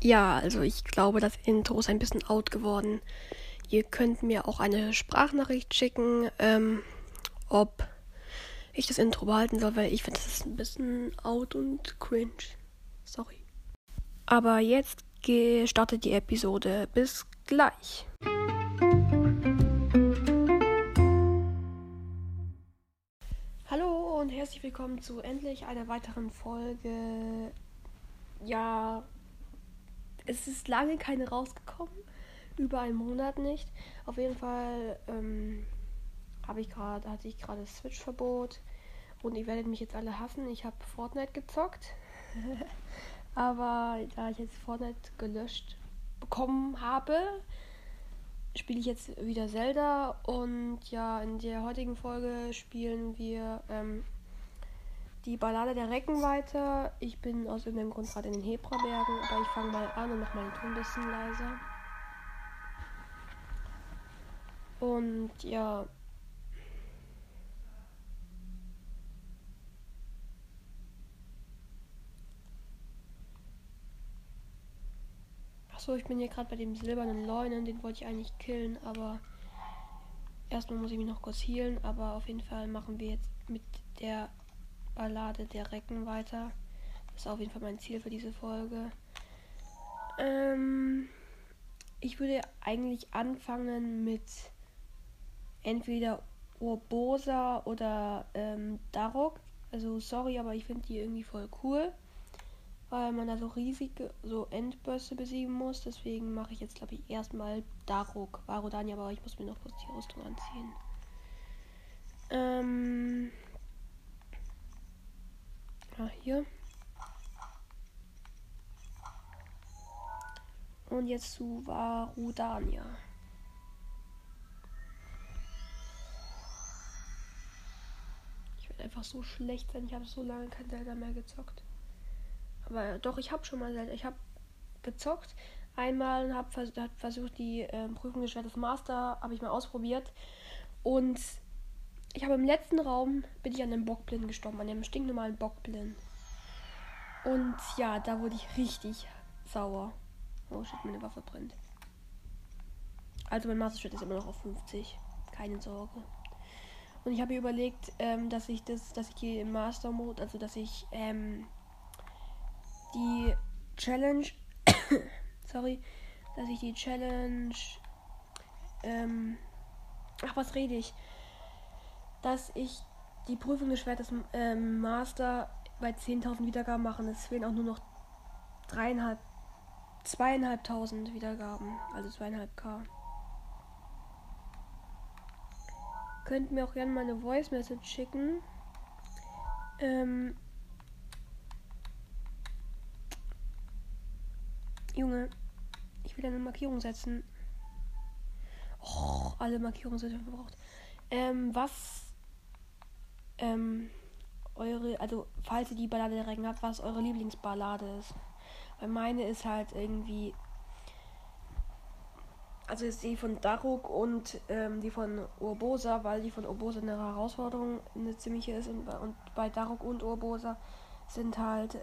Ja, also ich glaube, das Intro ist ein bisschen out geworden. Ihr könnt mir auch eine Sprachnachricht schicken, ob ich das Intro behalten soll, weil ich finde, das ist ein bisschen out und cringe. Sorry. Aber jetzt startet die Episode. Bis gleich. Hallo und herzlich willkommen zu endlich einer weiteren Folge. Ja, es ist lange keine rausgekommen. Über einen Monat nicht. Auf jeden Fall hatte ich gerade Switch-Verbot und ihr werdet mich jetzt alle hassen. Ich habe Fortnite gezockt. Aber da ich jetzt Fortnite gelöscht bekommen habe, spiele ich jetzt wieder Zelda. Und ja, in der heutigen Folge spielen wir die Ballade der Recken weiter. Ich bin aus irgendeinem Grund gerade in den Hebrabergen, aber ich fange mal an und mache meinen Ton ein bisschen leiser. Und ja. Achso, ich bin hier gerade bei dem silbernen Leunen, den wollte ich eigentlich killen, aber erstmal muss ich mich noch kurz healen, aber auf jeden Fall machen wir jetzt mit der Ballade der Recken weiter. Das ist auf jeden Fall mein Ziel für diese Folge. Ich würde eigentlich anfangen mit entweder Urbosa oder Darok. Also sorry, aber ich finde die irgendwie voll cool, weil man da so riesige, so Endbösse besiegen muss. Deswegen mache ich jetzt, glaube ich, erstmal Daruk, Varodania, aber ich muss mir noch kurz die Rüstung anziehen. Hier. Und jetzt zu Varodania. Ich werde einfach so schlecht sein. Ich habe so lange kein Zelda mehr gezockt. Aber doch, ich habe schon mal Zelda. Ich habe gezockt. Einmal und habe versucht, die Prüfung des Schwertes Master habe ich mal ausprobiert. Und ich habe im letzten Raum bin ich an einem Bockblind gestorben, an einem stinknormalen Bockblind. Und ja, da wurde ich richtig sauer. Oh shit, meine Waffe brennt. Also mein Master Schwert ist immer noch auf 50. Keine Sorge. Und ich habe mir überlegt, dass ich die Master Mode, also dass ich die Challenge sorry, dass ich die Challenge was rede ich? Dass ich die Prüfung des Schwertes Master bei 10.000 Wiedergaben mache. Es fehlen auch nur noch 2.500 Wiedergaben, also 2.500. Könnt mir auch gerne mal eine Voice Message schicken. Junge, ich will eine Markierung setzen. Oh, alle Markierungen sind verbraucht. Also falls ihr die Ballade der Recken habt, was eure Lieblingsballade ist. Weil meine ist halt irgendwie, also ist die von Daruk und die von Urbosa, weil die von Urbosa eine Herausforderung, eine ziemliche ist, und bei Daruk und Urbosa sind halt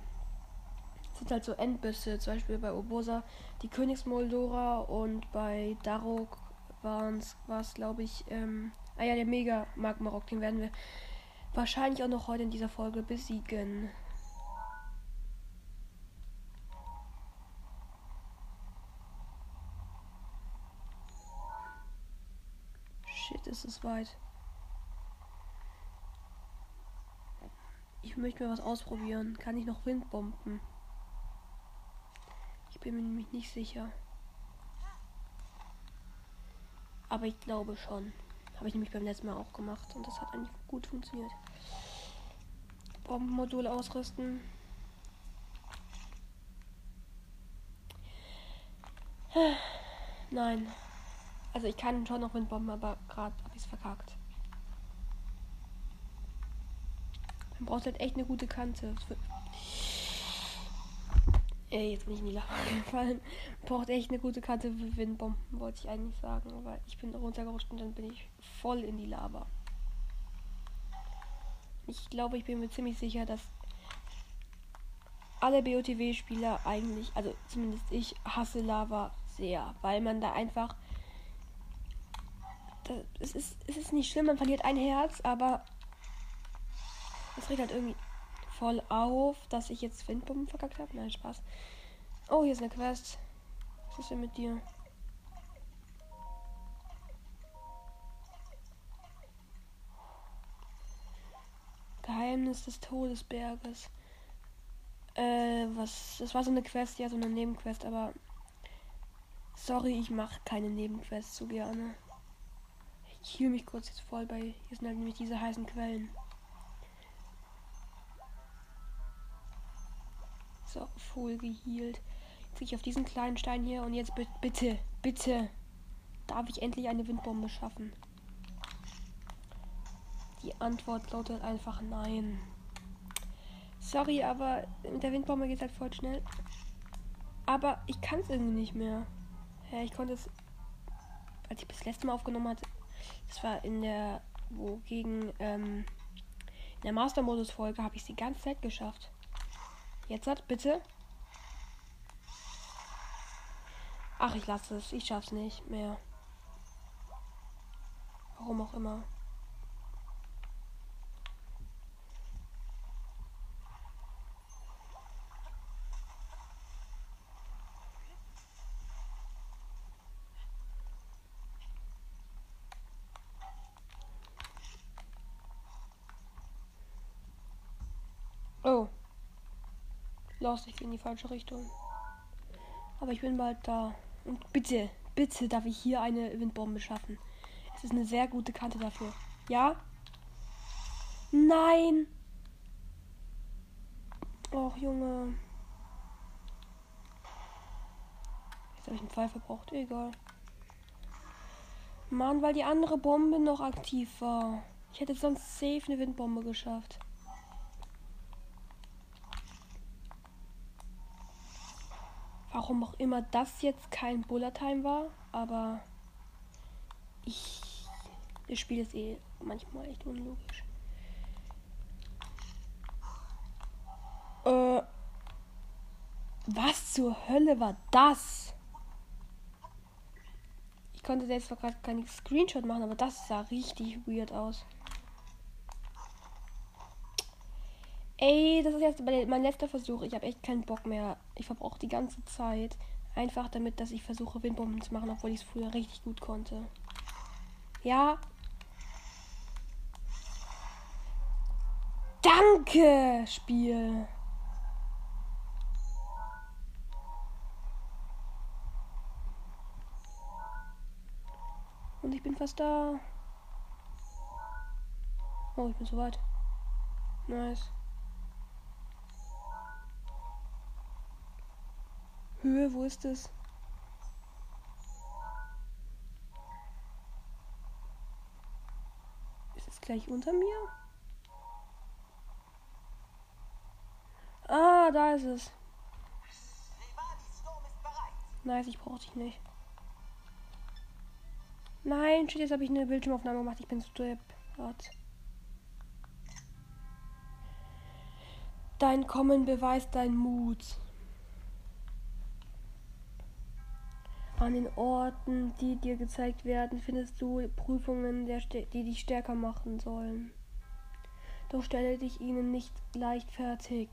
so Endbüsse, zum Beispiel bei Urbosa die Königsmoldora und bei Daruk war es glaube ich, der Mega Magmarok, den werden wir wahrscheinlich auch noch heute in dieser Folge besiegen. Shit, ist es weit. Ich möchte mir was ausprobieren. Kann ich noch Windbomben? Ich bin mir nämlich nicht sicher. Aber ich glaube schon. Habe ich nämlich beim letzten Mal auch gemacht und das hat eigentlich gut funktioniert. Bombenmodule ausrüsten. Nein. Also ich kann schon noch Windbomben, aber gerade habe ich es verkackt. Man braucht halt echt eine gute Kante. Jetzt bin ich in die Lava gefallen. Man braucht echt eine gute Kante für Windbomben, wollte ich eigentlich sagen. Aber ich bin runtergerutscht und dann bin ich voll in die Lava. Ich glaube, ich bin mir ziemlich sicher, dass alle BOTW-Spieler eigentlich, also zumindest ich, hasse Lava sehr, weil man da einfach, es ist nicht schlimm, man verliert ein Herz, aber es regt halt irgendwie voll auf, dass ich jetzt Windbomben verkackt habe. Nein, Spaß. Oh, hier ist eine Quest. Was ist denn mit dir? Geheimnis des Todesberges. Das war so eine Quest, ja, so eine Nebenquest, aber sorry, ich mache keine Nebenquests so gerne. Ich heal mich kurz jetzt voll bei, hier sind halt nämlich diese heißen Quellen. So, voll gehealt. Jetzt gehe ich auf diesen kleinen Stein hier und jetzt bitte, bitte, darf ich endlich eine Windbombe schaffen? Die Antwort lautet einfach nein. Sorry, aber mit der Windbombe geht es halt voll schnell. Aber ich kann es irgendwie nicht mehr. Ja, ich konnte es, als ich das letzte Mal aufgenommen hatte, das war in der, in der Master-Modus-Folge habe ich es die ganze Zeit geschafft. Jetzt hat, bitte. Ach, ich lasse es. Ich schaff's nicht mehr. Warum auch immer. Oh. Los, ich gehe in die falsche Richtung. Aber ich bin bald da. Und bitte, bitte darf ich hier eine Windbombe schaffen. Es ist eine sehr gute Kante dafür. Ja? Nein! Och, Junge. Jetzt habe ich einen Pfeil verbraucht. Egal. Mann, weil die andere Bombe noch aktiv war. Ich hätte sonst safe eine Windbombe geschafft. Warum auch immer das jetzt kein Bullet Time war, aber das Spiel ist eh manchmal echt unlogisch. Was zur Hölle war das? Ich konnte jetzt zwar gerade keinen Screenshot machen, aber das sah richtig weird aus. Ey, das ist jetzt mein letzter Versuch. Ich habe echt keinen Bock mehr. Ich verbrauche die ganze Zeit. Einfach damit, dass ich versuche, Windbomben zu machen, obwohl ich es früher richtig gut konnte. Ja. Danke, Spiel. Und ich bin fast da. Oh, ich bin so weit. Nice. Höhe, wo ist es? Ist es gleich unter mir? Ah, da ist es. Nice, ich brauche dich nicht. Nein, shit, jetzt habe ich eine Bildschirmaufnahme gemacht. Ich bin so deppert. Dein Kommen beweist deinen Mut. An den Orten, die dir gezeigt werden, findest du Prüfungen, die dich stärker machen sollen. Doch stelle dich ihnen nicht leichtfertig.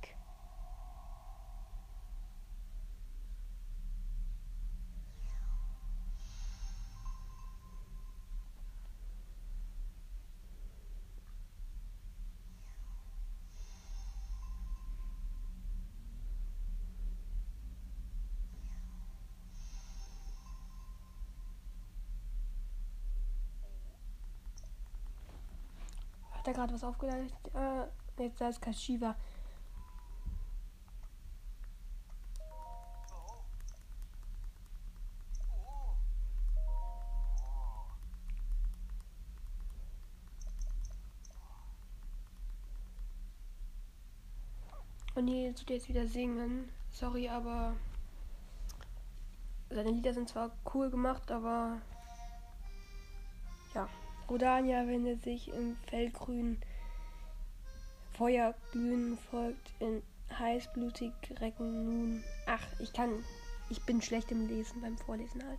Hat er gerade was aufgeladen? Jetzt da ist Kashiwa. Und hier tut jetzt wieder singen. Sorry, aber seine Lieder sind zwar cool gemacht, aber ja. Rodania wendet sich im Fellgrün. Feuerglühen folgt in heißblütig recken nun. Ach, ich bin schlecht im Lesen beim Vorlesen halt.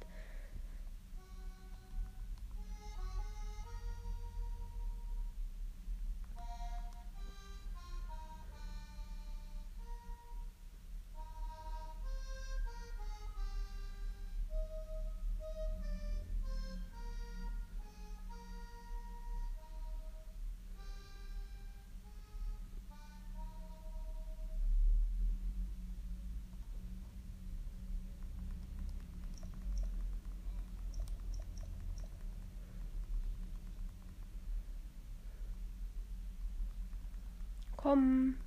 Komm.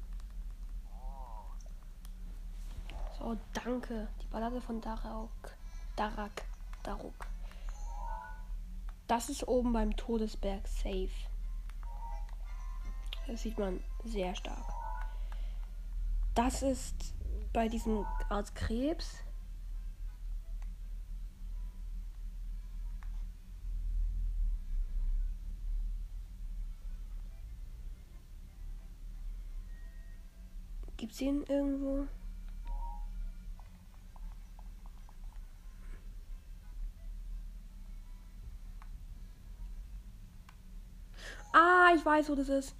So, danke. Die Ballade von Daruk. Das ist oben beim Todesberg safe. Das sieht man sehr stark. Das ist bei diesem Art Krebs. Gibt's ihn irgendwo? Ah, ich weiß, wo das ist.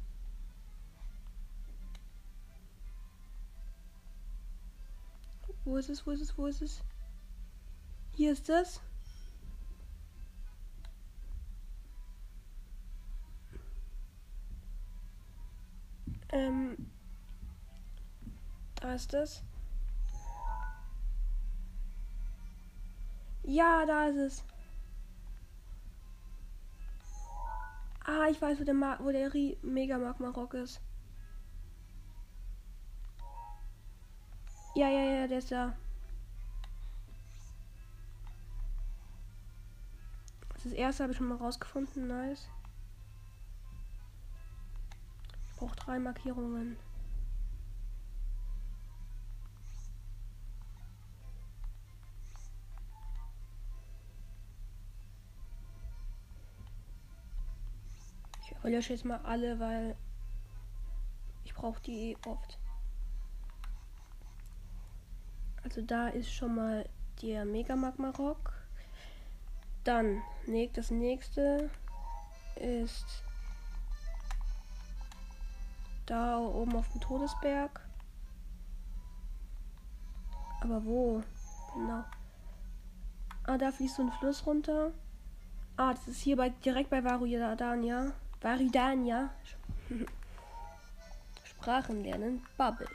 Wo ist es? Wo ist es? Wo ist es? Hier ist es. Da ist es. Ja, da ist es. Ah, ich weiß, wo der Mega Magma Rock ist. Ja, der ist da. Das erste habe ich schon mal rausgefunden. Nice. Ich brauche 3 Markierungen. Ich lösche jetzt mal alle, weil ich brauche die eh oft. Also da ist schon mal der Mega Magma Rock. Dann das nächste ist da oben auf dem Todesberg. Aber wo? Genau. Ah, da fließt so ein Fluss runter. Ah, das ist hier direkt bei Varidania. Sprachen lernen. Bubble.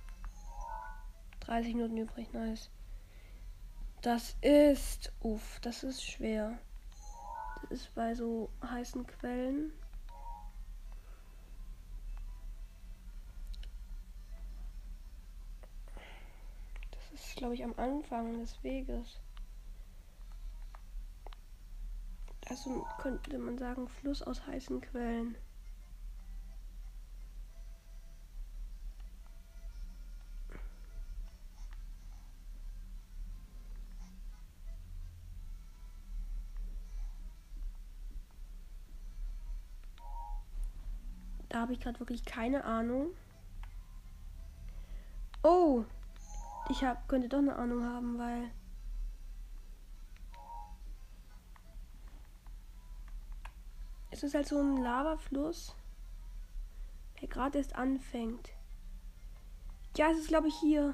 30 Minuten übrig, nice. Das ist schwer. Das ist bei so heißen Quellen. Das ist, glaube ich, am Anfang des Weges. Also könnte man sagen, Fluss aus heißen Quellen. Da habe ich gerade wirklich keine Ahnung. Oh! Könnte doch eine Ahnung haben, weil es ist halt so ein Lavafluss, der gerade erst anfängt. Ja, es ist, glaube ich, hier.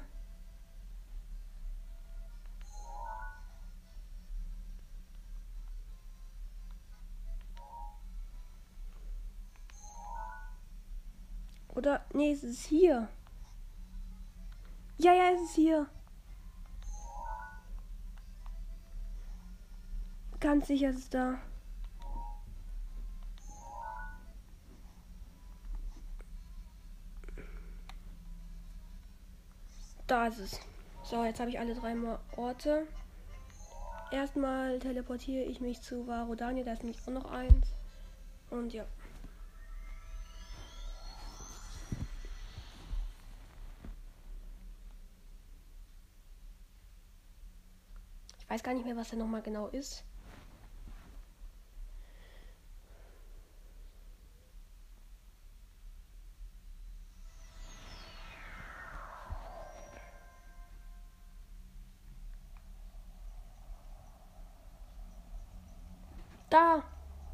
Oder, nee, es ist hier. Ja, es ist hier. Ganz sicher ist es da. Da ist es. So, jetzt habe ich alle 3 Orte. Erstmal teleportiere ich mich zu Varodania. Da ist nämlich auch noch eins. Und ja. Ich weiß gar nicht mehr, was da nochmal genau ist. Da!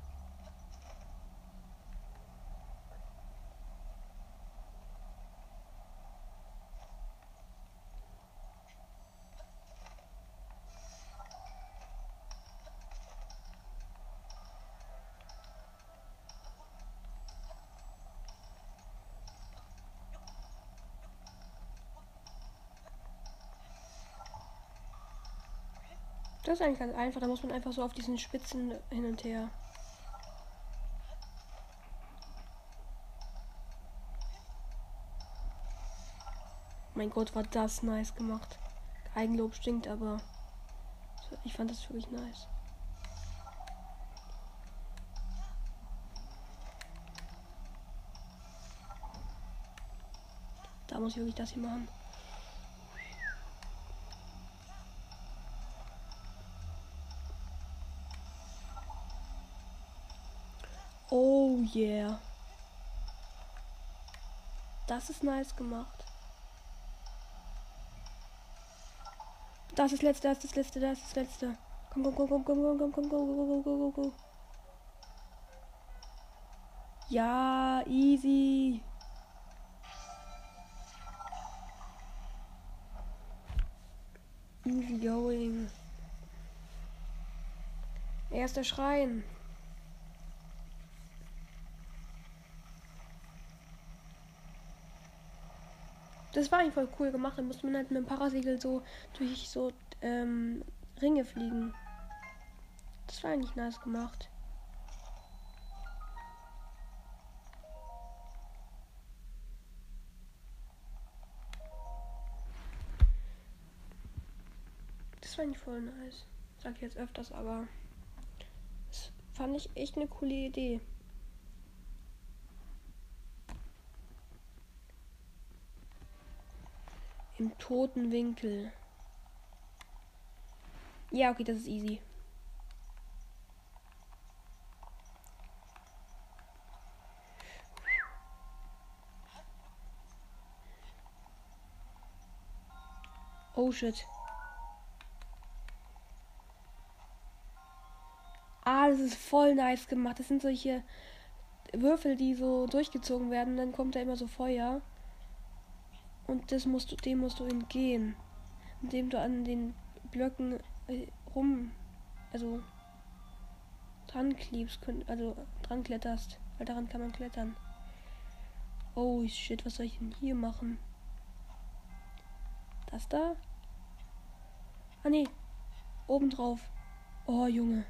Das ist eigentlich ganz einfach. Da muss man einfach so auf diesen Spitzen hin und her. Mein Gott, war das nice gemacht. Eigenlob stinkt, aber ich fand das wirklich nice. Da muss ich wirklich das hier machen. Oh yeah. Das ist nice gemacht. Das ist das letzte, das ist das letzte, das ist das letzte. Komm, komm, komm, komm, komm, komm, komm, komm, komm, komm, komm, komm, komm. Ja, easy. Easy going. Erster Schrein. Das war eigentlich voll cool gemacht. Da musste man halt mit dem Parasegel so durch so Ringe fliegen. Das war eigentlich nice gemacht. Das war eigentlich voll nice. Sag ich jetzt öfters, aber das fand ich echt eine coole Idee. Im toten Winkel. Ja, okay, das ist easy. Oh shit. Ah, das ist voll nice gemacht. Das sind solche Würfel, die so durchgezogen werden. Dann kommt da immer so Feuer. Und dem musst du entgehen. Indem du an den Blöcken also dran klebst, also dran kletterst. Weil daran kann man klettern. Oh shit, was soll ich denn hier machen? Das da? Ah nee, oben drauf. Oh Junge.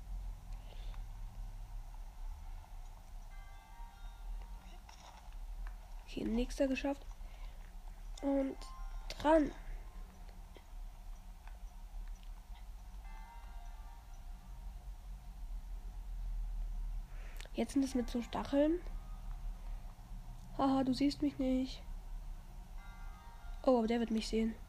Okay, nächster geschafft. Und dran. Jetzt sind es mit so Stacheln. Haha, du siehst mich nicht. Oh, aber der wird mich sehen.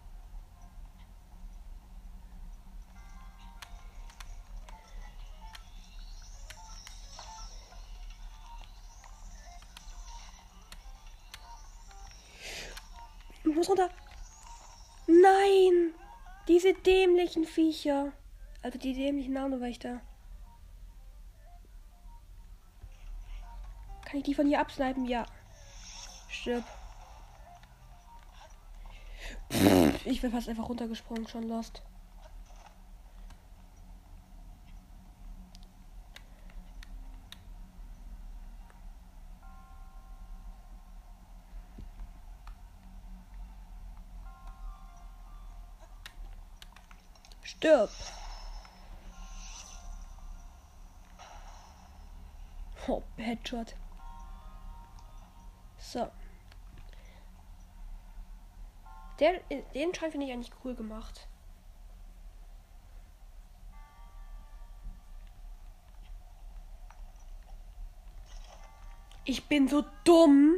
Ich muss runter. Nein! Diese dämlichen Viecher. Also die dämlichen Nanowächter. Kann ich die von hier absnipen? Ja. Stirb. Ich bin fast einfach runtergesprungen, schon lost. Stirb. Oh, Headshot. So. Den Schrein finde ich eigentlich cool gemacht. Ich bin so dumm.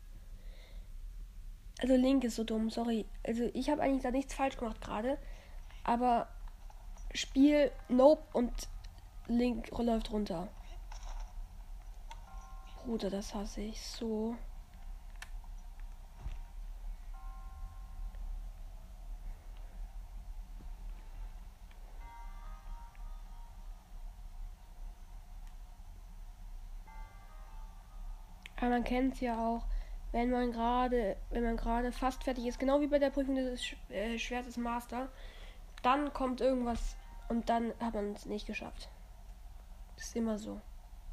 Also Link ist so dumm, sorry. Also ich habe eigentlich da nichts falsch gemacht gerade. Aber Spiel Nope und Link läuft runter. Bruder, das hasse ich so. Aber man kennt es ja auch, wenn man gerade fast fertig ist, genau wie bei der Prüfung des Schwertes Master, dann kommt irgendwas und dann hat man es nicht geschafft. Das ist immer so.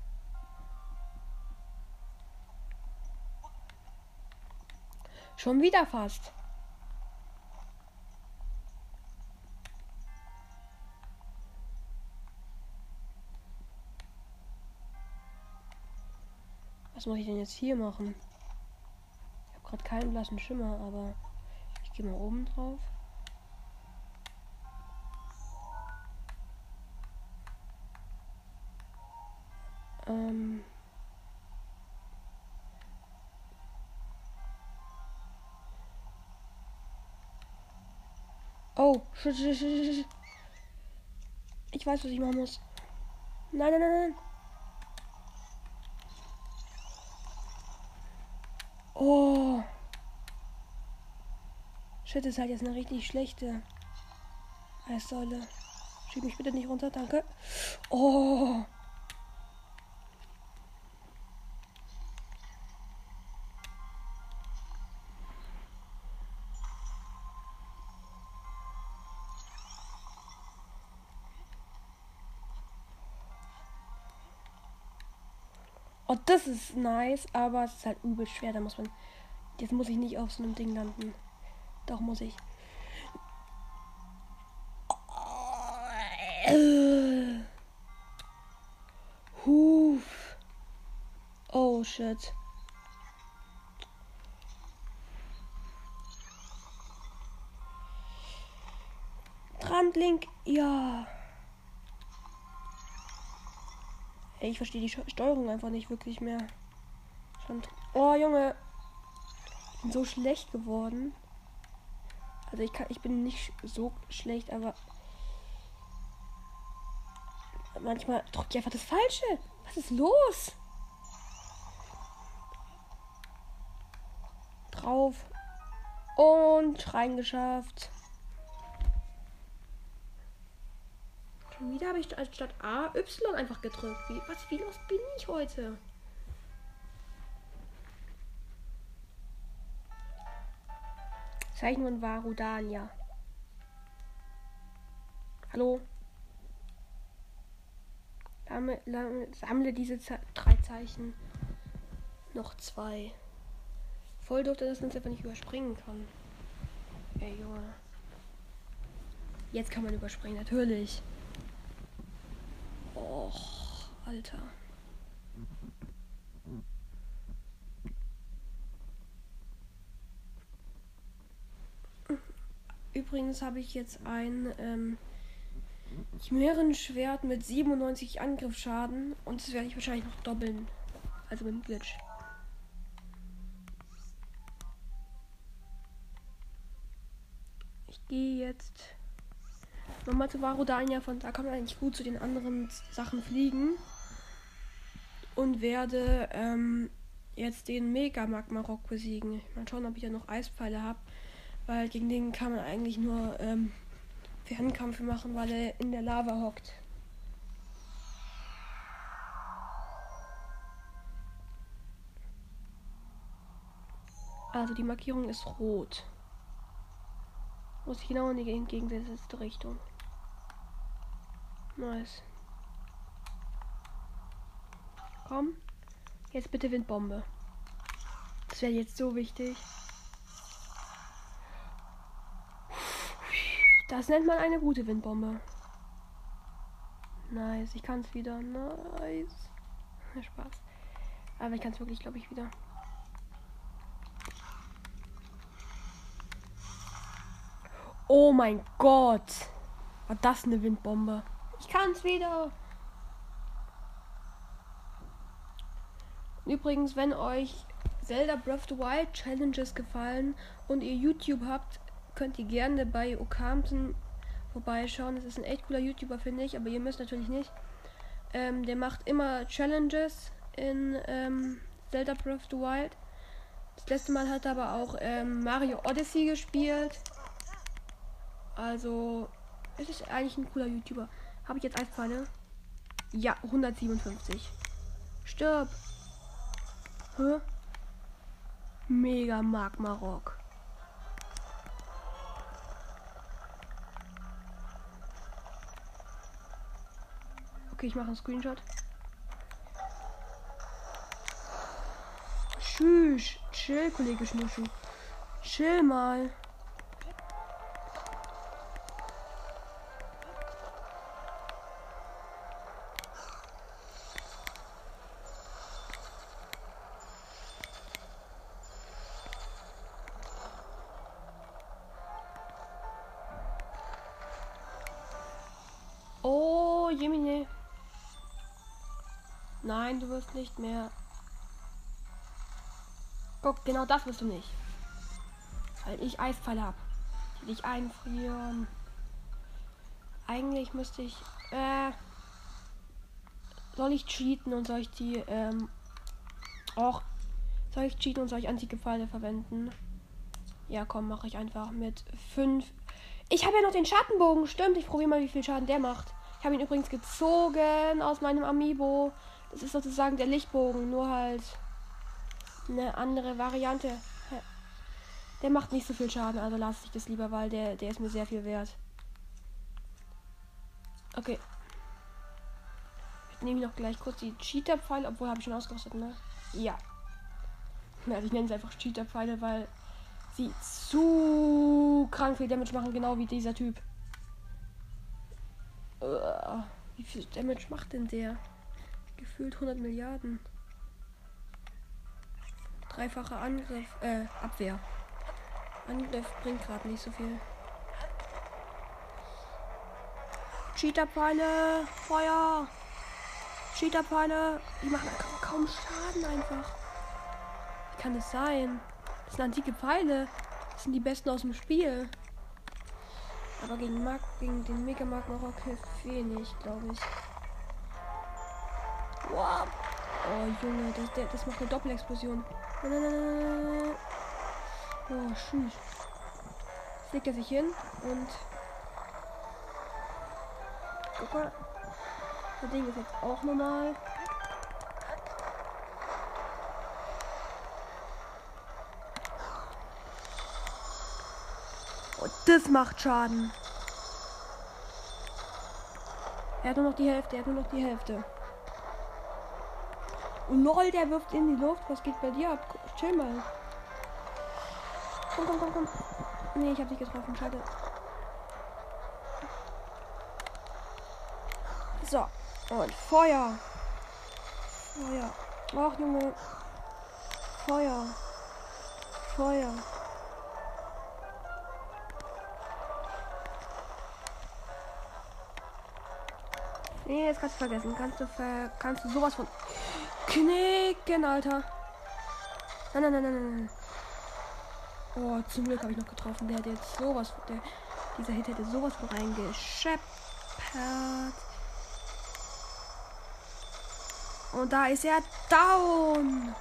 Schon wieder fast. Was muss ich denn jetzt hier machen? Ich habe gerade keinen blassen Schimmer, aber ich gehe mal oben drauf. Oh, shit. Ich weiß, was ich machen muss. Nein. Oh. Shit, ist halt jetzt eine richtig schlechte Eissäule. Schieb mich bitte nicht runter, danke. Oh. Oh, das ist nice, aber es ist halt übel schwer. Da muss man. Jetzt muss ich nicht auf so einem Ding landen. Doch muss ich. Huf. Oh shit. Brandlink, ja. Ey, ich verstehe die Steuerung einfach nicht wirklich mehr. Oh Junge. Ich bin so schlecht geworden. Also ich bin nicht so schlecht, aber manchmal drücke ich einfach das Falsche. Was ist los? Drauf. Und reingeschafft. Schon wieder habe ich statt A Y einfach gedrückt. Wie los bin ich heute? Zeichnung Varudania. Hallo? Sammle diese 3 Zeichen. Noch 2. Voll doof, dass man es einfach nicht überspringen kann. Ey, Junge. Jetzt kann man überspringen, natürlich. Och, Alter. Übrigens habe ich jetzt ein Chimärenschwert mit 97 Angriffsschaden und das werde ich wahrscheinlich noch doppeln. Also mit dem Glitch. Ich gehe jetzt nochmal zu Varudania, von da kann man eigentlich gut zu den anderen Sachen fliegen. Und werde jetzt den Mega Magma Rock besiegen. Mal schauen, ob ich ja noch Eispfeile habe. Weil gegen den kann man eigentlich nur Fernkampf machen, weil er in der Lava hockt. Also die Markierung ist rot. Muss ich genau in die entgegengesetzte Richtung. Nice. Komm. Jetzt bitte Windbombe. Das wäre jetzt so wichtig. Das nennt man eine gute Windbombe. Nice. Ich kann es wieder. Nice. Spaß. Aber ich kann es wirklich, glaube ich, wieder. Oh mein Gott. War das eine Windbombe? Ich kann es wieder. Übrigens, wenn euch Zelda Breath of the Wild Challenges gefallen und ihr YouTube habt, könnt ihr gerne bei Okamten vorbeischauen. Das ist ein echt cooler YouTuber, finde ich, aber ihr müsst natürlich nicht. Der macht immer Challenges in Zelda Breath of the Wild. Das letzte Mal hat er aber auch Mario Odyssey gespielt. Also, es ist eigentlich ein cooler YouTuber. Habe ich jetzt Eispfanne? Ja, 157. Stirb! Hä? Mega Magma Rock. Okay, ich mache einen Screenshot. Tschüss. Chill, Kollege Schmuschu. Chill mal. Oh, Jemine. Nein, du wirst nicht mehr. Guck, genau das wirst du nicht. Weil ich Eispfeile hab. Die dich einfrieren. Eigentlich müsste ich. Soll ich cheaten und soll ich die, soll ich cheaten und soll ich antike Pfeile verwenden? Ja, komm, mache ich einfach mit 5. Ich habe ja noch den Schattenbogen. Stimmt, ich probiere mal, wie viel Schaden der macht. Ich habe ihn übrigens gezogen aus meinem Amiibo. Das ist sozusagen der Lichtbogen, nur halt eine andere Variante. Der macht nicht so viel Schaden, also lasse ich das lieber, weil der ist mir sehr viel wert. Okay. Ich nehme noch gleich kurz die Cheater-Pfeile, obwohl habe ich schon ausgerüstet, ne? Ja. Also ich nenne es einfach Cheater-Pfeile, weil sie zu krank viel Damage machen, genau wie dieser Typ. Wie viel Damage macht denn der? Gefühlt 100 Milliarden. Dreifacher Angriff, Abwehr. Angriff bringt gerade nicht so viel. Cheater-Pfeile, Feuer. Cheater-Pfeile, die machen kaum Schaden einfach. Wie kann das sein? Das sind antike Pfeile. Das sind die besten aus dem Spiel. Aber gegen den Mega Magma Rock hilft wenig, glaube ich. Wow. Oh Junge, das macht eine Doppelexplosion. Oh, tschüss. Jetzt legt er sich hin und guck mal. Das Ding ist jetzt auch normal. Und das macht Schaden. Er hat nur noch die Hälfte. Und lol, der wirft in die Luft. Was geht bei dir ab? Chill mal. Komm. Nee, ich hab dich getroffen. Schade. So. Und Feuer. Ach, Junge. Feuer. Nee, das kannst du vergessen. Kannst du sowas von knicken, Alter. Nein. Oh, zum Glück habe ich noch getroffen. Der hätte jetzt sowas. Dieser Hit hätte sowas von reingescheppert. Und da ist er down.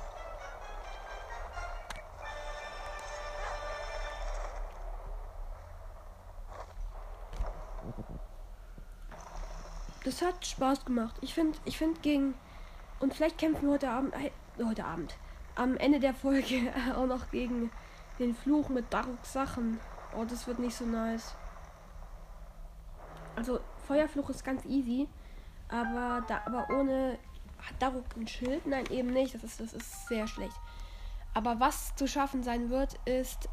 Das hat Spaß gemacht. Ich finde gegen. Und vielleicht kämpfen wir heute Abend. Am Ende der Folge auch noch gegen den Fluch mit Dark Sachen. Oh, das wird nicht so nice. Also, Feuerfluch ist ganz easy. Aber ohne. Hat Daruk ein Schild? Nein, eben nicht. Das ist sehr schlecht. Aber was zu schaffen sein wird, ist.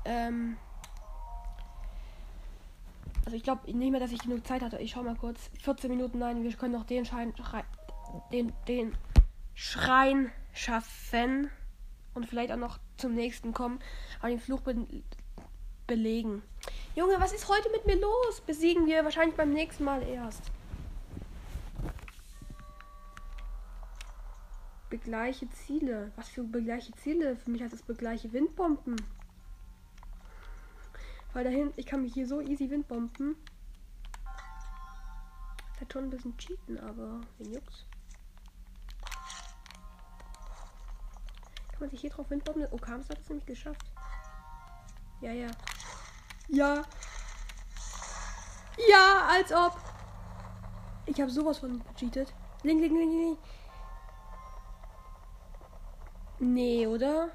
Also ich glaube nicht mehr, dass ich genug Zeit hatte. Ich schau mal kurz. 14 Minuten, nein, wir können noch den Schrein schaffen. Und vielleicht auch noch zum nächsten kommen. Aber den Fluch belegen. Junge, was ist heute mit mir los? Besiegen wir wahrscheinlich beim nächsten Mal erst. Begleiche Ziele. Was für begleiche Ziele? Für mich heißt es begleiche Windbomben. Weil dahin, ich kann mich hier so easy Windbomben. Das hat schon ein bisschen cheaten, aber wen juckt's? Kann man sich hier drauf Windbomben? Oh, Kamsa hat es nämlich geschafft. Ja. Ja, als ob. Ich habe sowas von gecheatet. Link. Nee, oder?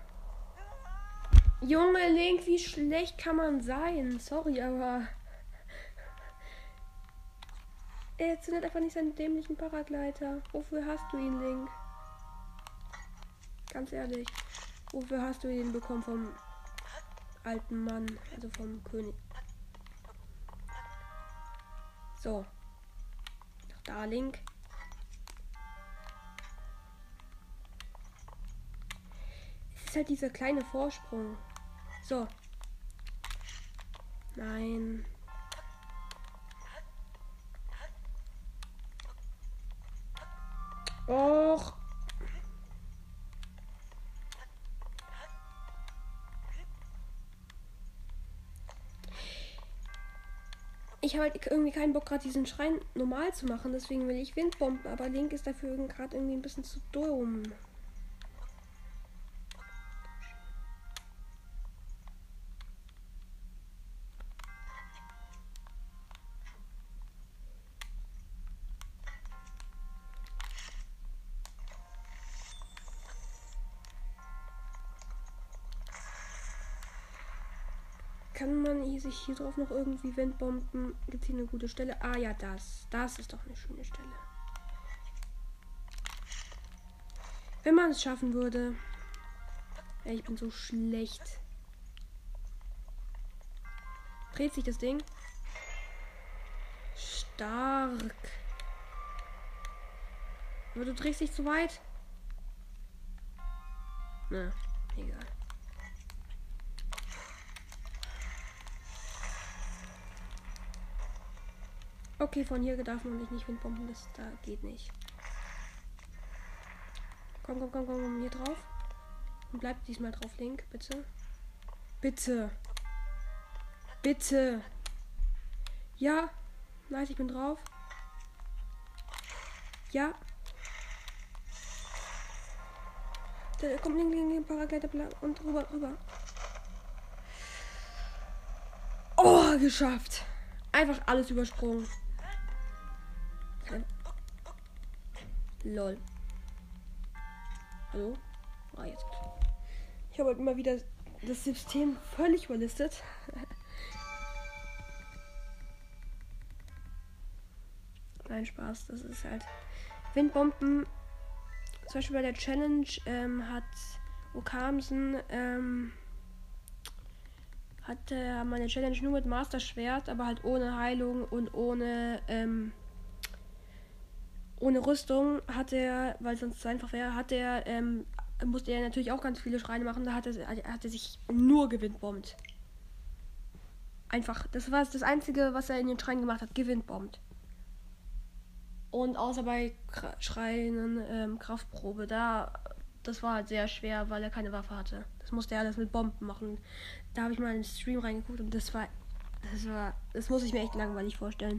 Junge Link, wie schlecht kann man sein? Sorry, aber er zündet einfach nicht seinen dämlichen Paragleiter. Wofür hast du ihn, Link? Ganz ehrlich. Wofür hast du ihn bekommen vom alten Mann? Also vom König. So. Ach, da, Link. Es ist halt dieser kleine Vorsprung. So. Nein. Och. Ich habe halt irgendwie keinen Bock, gerade diesen Schrein normal zu machen. Deswegen will ich Windbomben. Aber Link ist dafür gerade irgendwie ein bisschen zu dumm. Kann man sich hier drauf noch irgendwie Windbomben? Gibt es hier eine gute Stelle? Ah ja, das. Das ist doch eine schöne Stelle. Wenn man es schaffen würde. Ey, ich bin so schlecht. Dreht sich das Ding? Stark. Aber du drehst dich zu weit? Na, egal. Okay, von hier darf man sich nicht Windbomben. Das da geht nicht. Komm, hier drauf. Und bleib diesmal drauf, Link, bitte. Bitte. Bitte. Ja. Nice, ich bin drauf. Ja. Da kommt Link, Paragleiter und rüber. Oh, geschafft. Einfach alles übersprungen. Lol. Hallo? Ah, jetzt. Ich habe halt immer wieder das System völlig überlistet. Nein, Spaß. Das ist halt. Windbomben. Zum Beispiel bei der Challenge hat Okamsen hatte meine Challenge nur mit Master Schwert, aber halt ohne Heilung und ohne Rüstung hat er, weil sonst so einfach wäre, musste er natürlich auch ganz viele Schreine machen. Da hat er sich nur gewindbombt. Einfach, das war das Einzige, was er in den Schreinen gemacht hat, gewindbombt. Und außer bei Schreinen Kraftprobe, das war halt sehr schwer, weil er keine Waffe hatte. Das musste er alles mit Bomben machen. Da habe ich mal in den Stream reingeguckt und das muss ich mir echt langweilig vorstellen.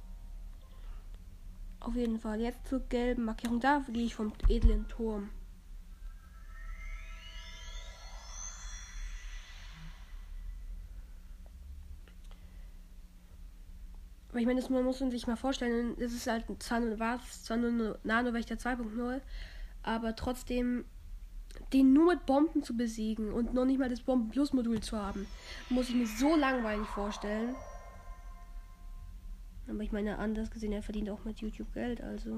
Auf jeden Fall. Jetzt zur gelben Markierung. Da gehe ich vom edlen Turm. Aber ich meine, man muss sich mal vorstellen, das ist halt zwar nur Nano-Wächter 2.0, aber trotzdem den nur mit Bomben zu besiegen und noch nicht mal das Bomben-Plus-Modul zu haben, muss ich mir so langweilig vorstellen. Aber ich meine, anders gesehen, er verdient auch mit YouTube Geld, also.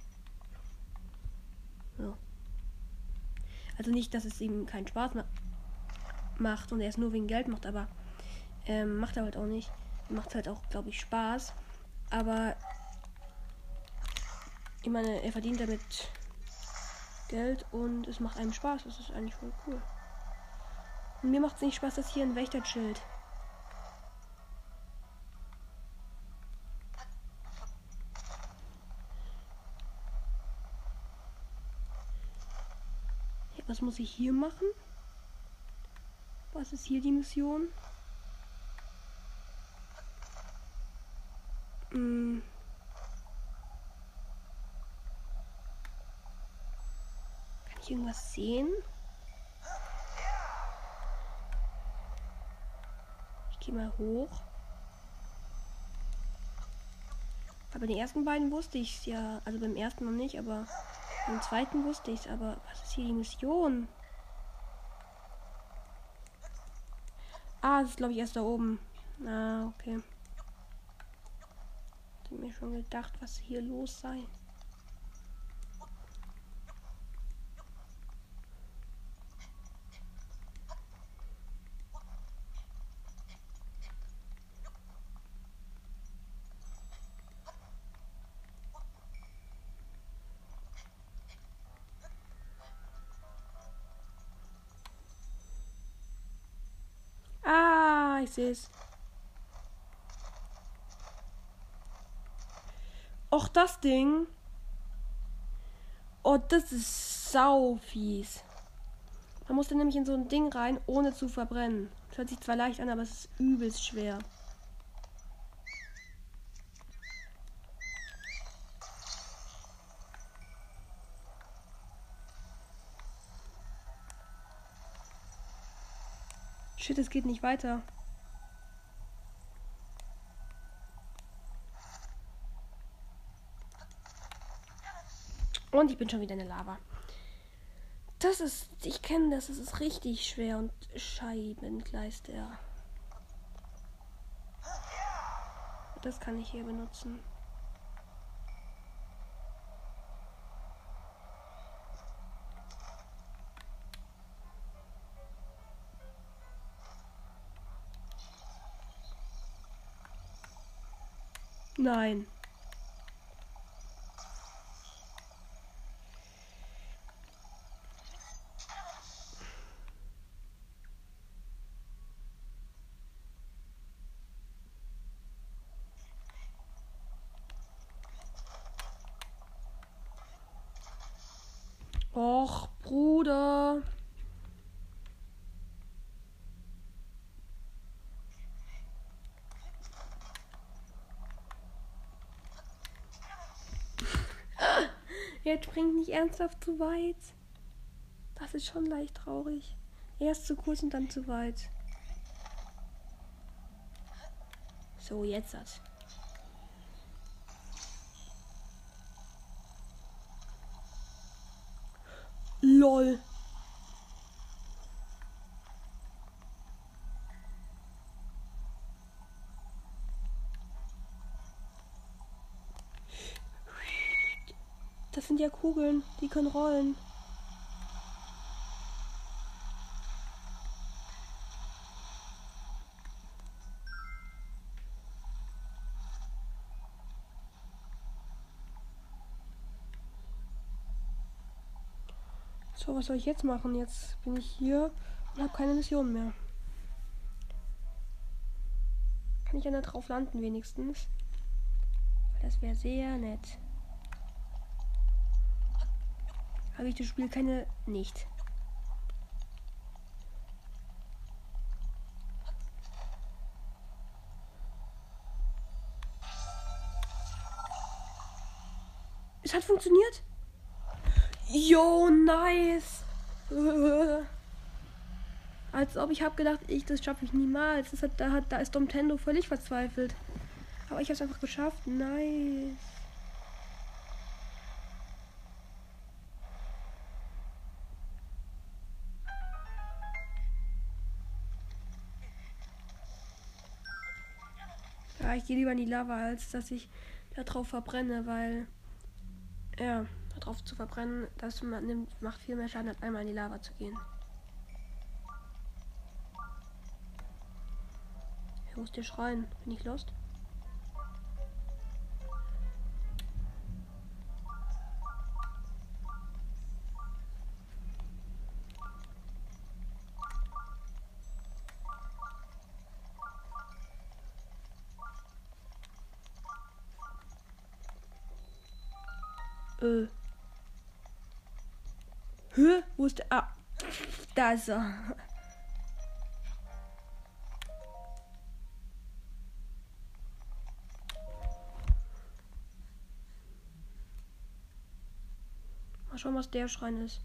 Ja. Also nicht, dass es ihm keinen Spaß macht und er es nur wegen Geld macht, aber macht er halt auch nicht. Macht halt auch, glaube ich, Spaß. Aber ich meine, er verdient damit Geld und es macht einem Spaß. Das ist eigentlich voll cool. Und mir macht es nicht Spaß, dass hier ein Wächter chillt. Was muss ich hier machen? Was ist hier die Mission? Kann ich irgendwas sehen? Ich gehe mal hoch. Aber die ersten beiden wusste ich es ja. Also beim ersten noch nicht, aber beim zweiten wusste ich es. Aber was ist hier die Mission? Ah, das ist glaube ich erst da oben. Ah, okay. Ich habe mir schon gedacht, was hier los sei. Ah, ich sehe es. Och, das Ding. Oh, das ist sau fies. Man musste nämlich in so ein Ding rein, ohne zu verbrennen. Das hört sich zwar leicht an, aber es ist übelst schwer. Shit, es geht nicht weiter. Und ich bin schon wieder in der Lava. Das ist, ich kenne das, es ist richtig schwer und Scheibenkleister. Das kann ich hier benutzen. Nein. Och, Bruder. Jetzt springt nicht ernsthaft zu weit. Das ist schon leicht traurig. Erst zu kurz und dann zu weit. So, jetzt das. LOL. Das sind ja Kugeln, die können rollen. So, was soll ich jetzt machen? Jetzt bin ich hier und habe keine Mission mehr. Kann ich ja da drauf landen wenigstens? Das wäre sehr nett. Habe ich das Spiel keine... Nicht. Es hat funktioniert. Yo, nice. Als ob ich habe gedacht, das schaffe ich niemals. Da ist Nintendo völlig verzweifelt. Aber ich habe es einfach geschafft. Nice. Ja, ich gehe lieber in die Lava, als dass ich da drauf verbrenne, weil ja, da drauf zu verbrennen, macht viel mehr Schaden, als einmal in die Lava zu gehen. Wo ist der Schrein? Bin ich lost? Hä? Wo ist der? Ah, da ist er. Mal schauen, was der Schrein ist.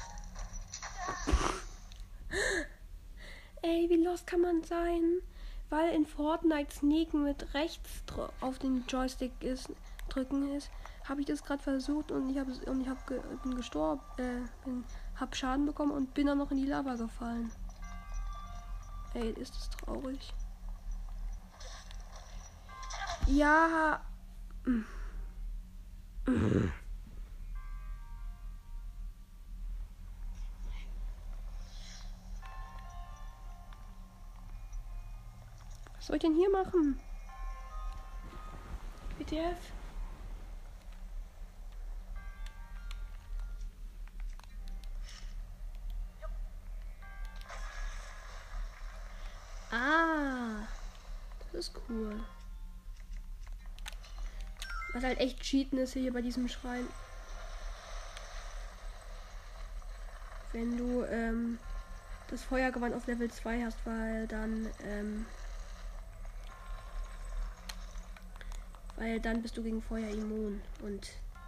Ey, wie lost kann man sein? weil in Fortnite Sneaken mit rechts auf den Joystick drücken ist, habe ich das gerade versucht und bin gestorben, hab Schaden bekommen und bin dann noch in die Lava gefallen. Ey, ist das traurig. Ja. Was soll ich denn hier machen? WTF? Ah, das ist cool. Was halt echt cheaten ist hier bei diesem Schrein. Wenn du das Feuergewand auf Level 2 hast, weil dann bist du gegen Feuer immun und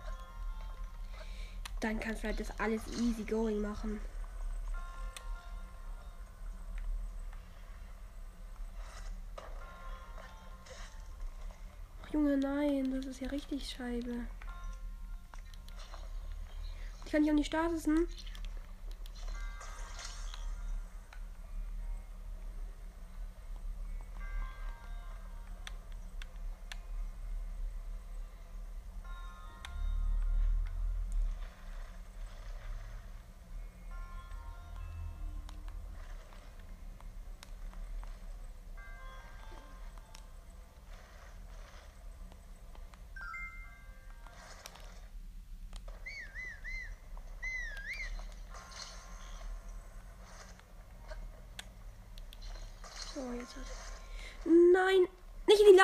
dann kannst du halt das alles easy going machen. Ach, Junge, nein, das ist ja richtig Scheibe. Ich kann hier auch nicht starten. So, jetzt hat... Nein! Nicht in die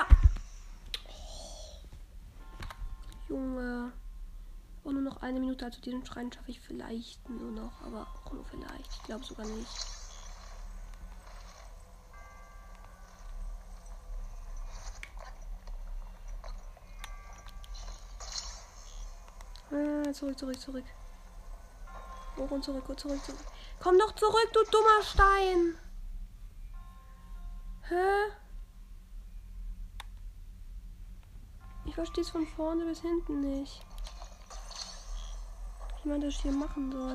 Junge. Auch nur noch 1 Minute, also diesen Schrein schaffe ich vielleicht nur noch, aber auch nur vielleicht. Ich glaube sogar nicht. Zurück. Hoch und zurück. Komm doch zurück, du dummer Stein! Hä? Ich verstehe es von vorne bis hinten nicht. Wie man das hier machen soll.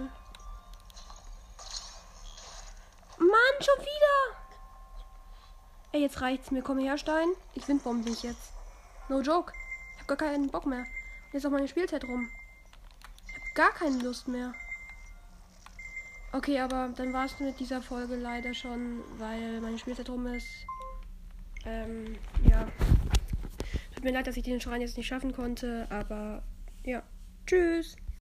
Mann, schon wieder! Ey, jetzt reicht's mir. Komm her, Stein. Ich windbombe dich jetzt. No joke. Ich hab gar keinen Bock mehr. Jetzt ist auch meine Spielzeit rum. Ich hab gar keine Lust mehr. Okay, aber dann war es mit dieser Folge leider schon, weil meine Spielzeit rum ist. Ja. Tut mir leid, dass ich den Schrein jetzt nicht schaffen konnte, aber ja. Tschüss.